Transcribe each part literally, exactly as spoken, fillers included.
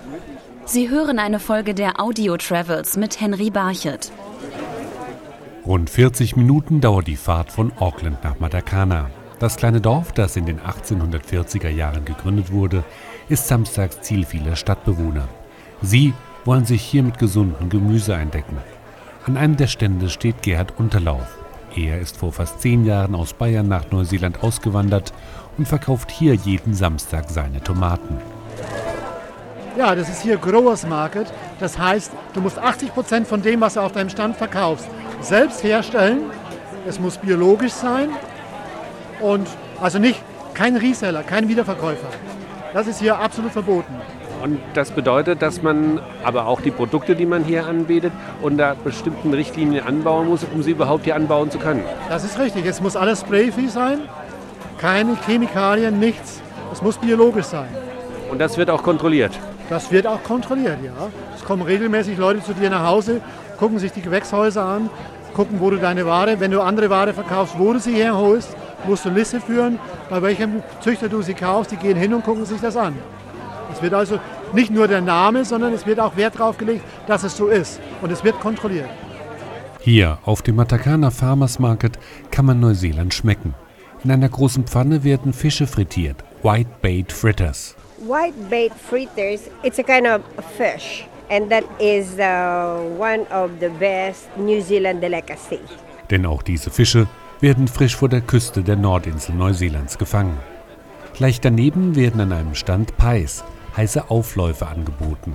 Sie hören eine Folge der Audio Travels mit Henry Barchet. Rund vierzig Minuten dauert die Fahrt von Auckland nach Matakana. Das kleine Dorf, das in den achtzehnhundertvierziger Jahren gegründet wurde, ist samstags Ziel vieler Stadtbewohner. Sie wollen sich hier mit gesundem Gemüse eindecken. An einem der Stände steht Gerhard Unterlauf. Er ist vor fast zehn Jahren aus Bayern nach Neuseeland ausgewandert und verkauft hier jeden Samstag seine Tomaten. Ja, das ist hier Growers Market. Das heißt, du musst achtzig Prozent von dem, was du auf deinem Stand verkaufst, selbst herstellen. Es muss biologisch sein und also nicht kein Reseller, kein Wiederverkäufer. Das ist hier absolut verboten. Und das bedeutet, dass man aber auch die Produkte, die man hier anbietet, unter bestimmten Richtlinien anbauen muss, um sie überhaupt hier anbauen zu können. Das ist richtig. Es muss alles sprayfree sein, keine Chemikalien, nichts. Es muss biologisch sein. Und das wird auch kontrolliert? Das wird auch kontrolliert, ja. Es kommen regelmäßig Leute zu dir nach Hause, gucken sich die Gewächshäuser an, gucken, wo du deine Ware, wenn du andere Ware verkaufst, wo du sie herholst, musst du Liste führen, bei welchem Züchter du sie kaufst, die gehen hin und gucken sich das an. Es wird also nicht nur der Name, sondern es wird auch Wert darauf gelegt, dass es so ist. Und es wird kontrolliert. Hier auf dem Matakana Farmers Market kann man Neuseeland schmecken. In einer großen Pfanne werden Fische frittiert, Whitebait Fritters. Whitebait fritters, it's a kind of fish, and that is uh, one of the best New Zealand delicacy. Denn auch diese Fische werden frisch vor der Küste der Nordinsel Neuseelands gefangen. Gleich daneben werden an einem Stand Pies, heiße Aufläufe, angeboten.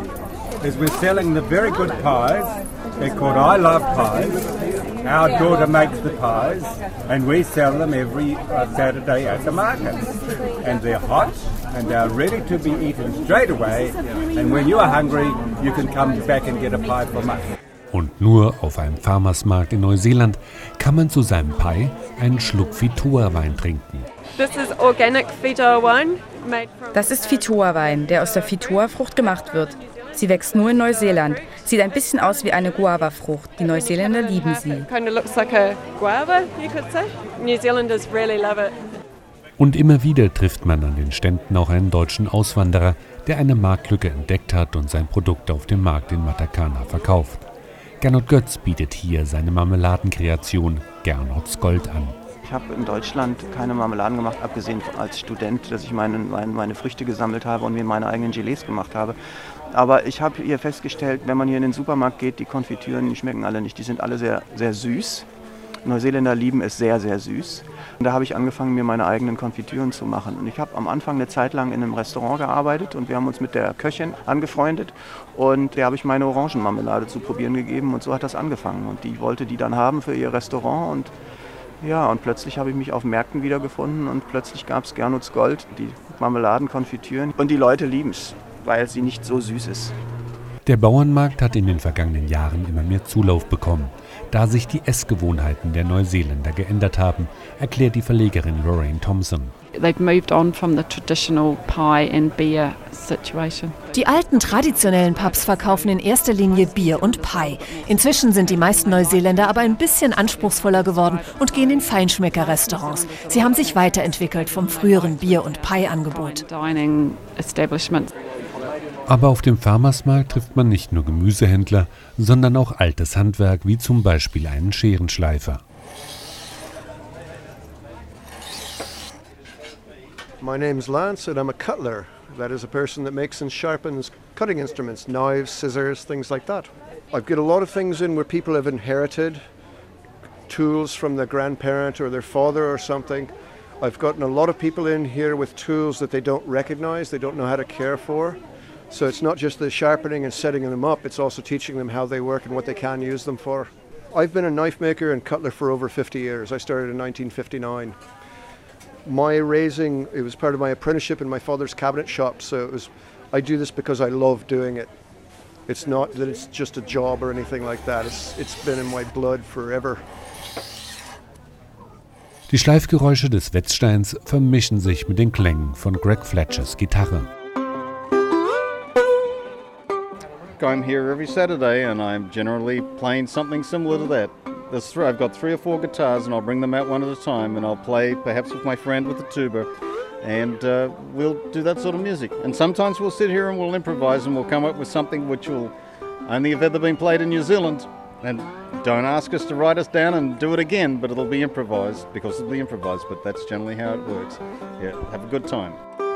As we're selling the very good pies, they're called I Love Pies. Our daughter makes the pies, and we sell them every uh, Saturday at the market. And they're hot, and they're ready to be eaten straight away. And when you are hungry, you can come back and get a pie from us. Und nur auf einem Farmersmarkt in Neuseeland kann man zu seinem Pie einen Schluck Fitoa-Wein trinken. This is organic Fitoa wine made from Das ist Fitoa-Wein, der aus der Fitoa-Frucht gemacht wird. Sie wächst nur in Neuseeland. Sieht ein bisschen aus wie eine Guava-Frucht. Die Neuseeländer lieben sie. kind of looks like a guava, you could say. New Zealanders really love it. Und immer wieder trifft man an den Ständen auch einen deutschen Auswanderer, der eine Marktlücke entdeckt hat und sein Produkt auf dem Markt in Matakana verkauft. Gernot Götz bietet hier seine Marmeladenkreation Gernots Gold an. Ich habe in Deutschland keine Marmeladen gemacht, abgesehen als Student, dass ich meine, meine, meine Früchte gesammelt habe und mir meine eigenen Gelees gemacht habe. Aber ich habe hier festgestellt, wenn man hier in den Supermarkt geht, die Konfitüren, die schmecken alle nicht. Die sind alle sehr, sehr süß. Neuseeländer lieben es sehr, sehr süß. Und da habe ich angefangen, mir meine eigenen Konfitüren zu machen. Und ich habe am Anfang eine Zeit lang in einem Restaurant gearbeitet und wir haben uns mit der Köchin angefreundet. Und der habe ich meine Orangenmarmelade zu probieren gegeben und so hat das angefangen. Und die wollte die dann haben für ihr Restaurant und ja, und plötzlich habe ich mich auf Märkten wiedergefunden und plötzlich gab es Gernots Gold, die Marmeladenkonfitüren. Und die Leute lieben es, weil sie nicht so süß ist. Der Bauernmarkt hat in den vergangenen Jahren immer mehr Zulauf bekommen, da sich die Essgewohnheiten der Neuseeländer geändert haben, erklärt die Verlegerin Lorraine Thompson. They've moved on from the traditional pie and beer situation. Die alten traditionellen Pubs verkaufen in erster Linie Bier und Pie. Inzwischen sind die meisten Neuseeländer aber ein bisschen anspruchsvoller geworden und gehen in Feinschmecker-Restaurants. Sie haben sich weiterentwickelt vom früheren Bier- und Pie-Angebot. Dining establishments. Aber auf dem Farmersmarkt trifft man nicht nur Gemüsehändler, sondern auch altes Handwerk, wie zum Beispiel einen Scherenschleifer. My name's Lance and I'm a cutler. That is a person that makes and sharpens cutting instruments, knives, scissors, things like that. I've got a lot of things in where people have inherited tools from their grandparent or their father or something. I've gotten a lot of people in here with tools that they don't recognize, they don't know how to care for. So it's not just the sharpening and setting them up, it's also teaching them how they work and what they can use them for. I've been a knife maker and cutler for over fifty years. I started in nineteen fifty-nine. My raising, it was part of my apprenticeship in my father's cabinet shop, so it was, I do this because I love doing it. It's not that it's just a job or anything like that. It's, it's been in my blood forever. Die Schleifgeräusche des Wetzsteins vermischen sich mit den Klängen von Greg Fletchers Gitarre. I'm here every Saturday and I'm generally playing something similar to that. There's three, I've got three or four guitars and I'll bring them out one at a time and I'll play perhaps with my friend with the tuba and uh, we'll do that sort of music. And sometimes we'll sit here and we'll improvise and we'll come up with something which will only have ever been played in New Zealand. And don't ask us to write us down and do it again, but it'll be improvised because it'll be improvised, but that's generally how it works. Yeah, have a good time.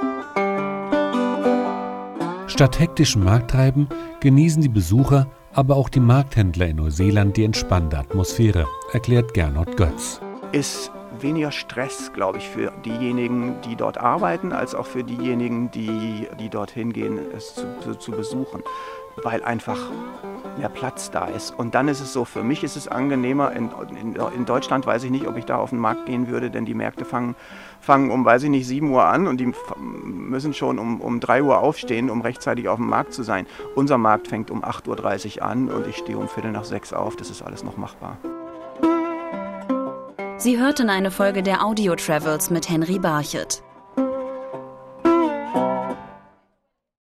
Statt hektischem Markttreiben genießen die Besucher, aber auch die Markthändler in Neuseeland die entspannte Atmosphäre, erklärt Gernot Götz. Ist weniger Stress, glaube ich, für diejenigen, die dort arbeiten, als auch für diejenigen, die, die dorthin gehen, es zu, zu, zu besuchen, weil einfach mehr Platz da ist. Und dann ist es so, für mich ist es angenehmer, in, in, in Deutschland weiß ich nicht, ob ich da auf den Markt gehen würde, denn die Märkte fangen, fangen um, weiß ich nicht, sieben Uhr an und die müssen schon um, um drei Uhr aufstehen, um rechtzeitig auf dem Markt zu sein. Unser Markt fängt um acht Uhr dreißig an und ich stehe um Viertel nach sechs auf, das ist alles noch machbar. Sie hörten eine Folge der Audio Travels mit Henry Barchet.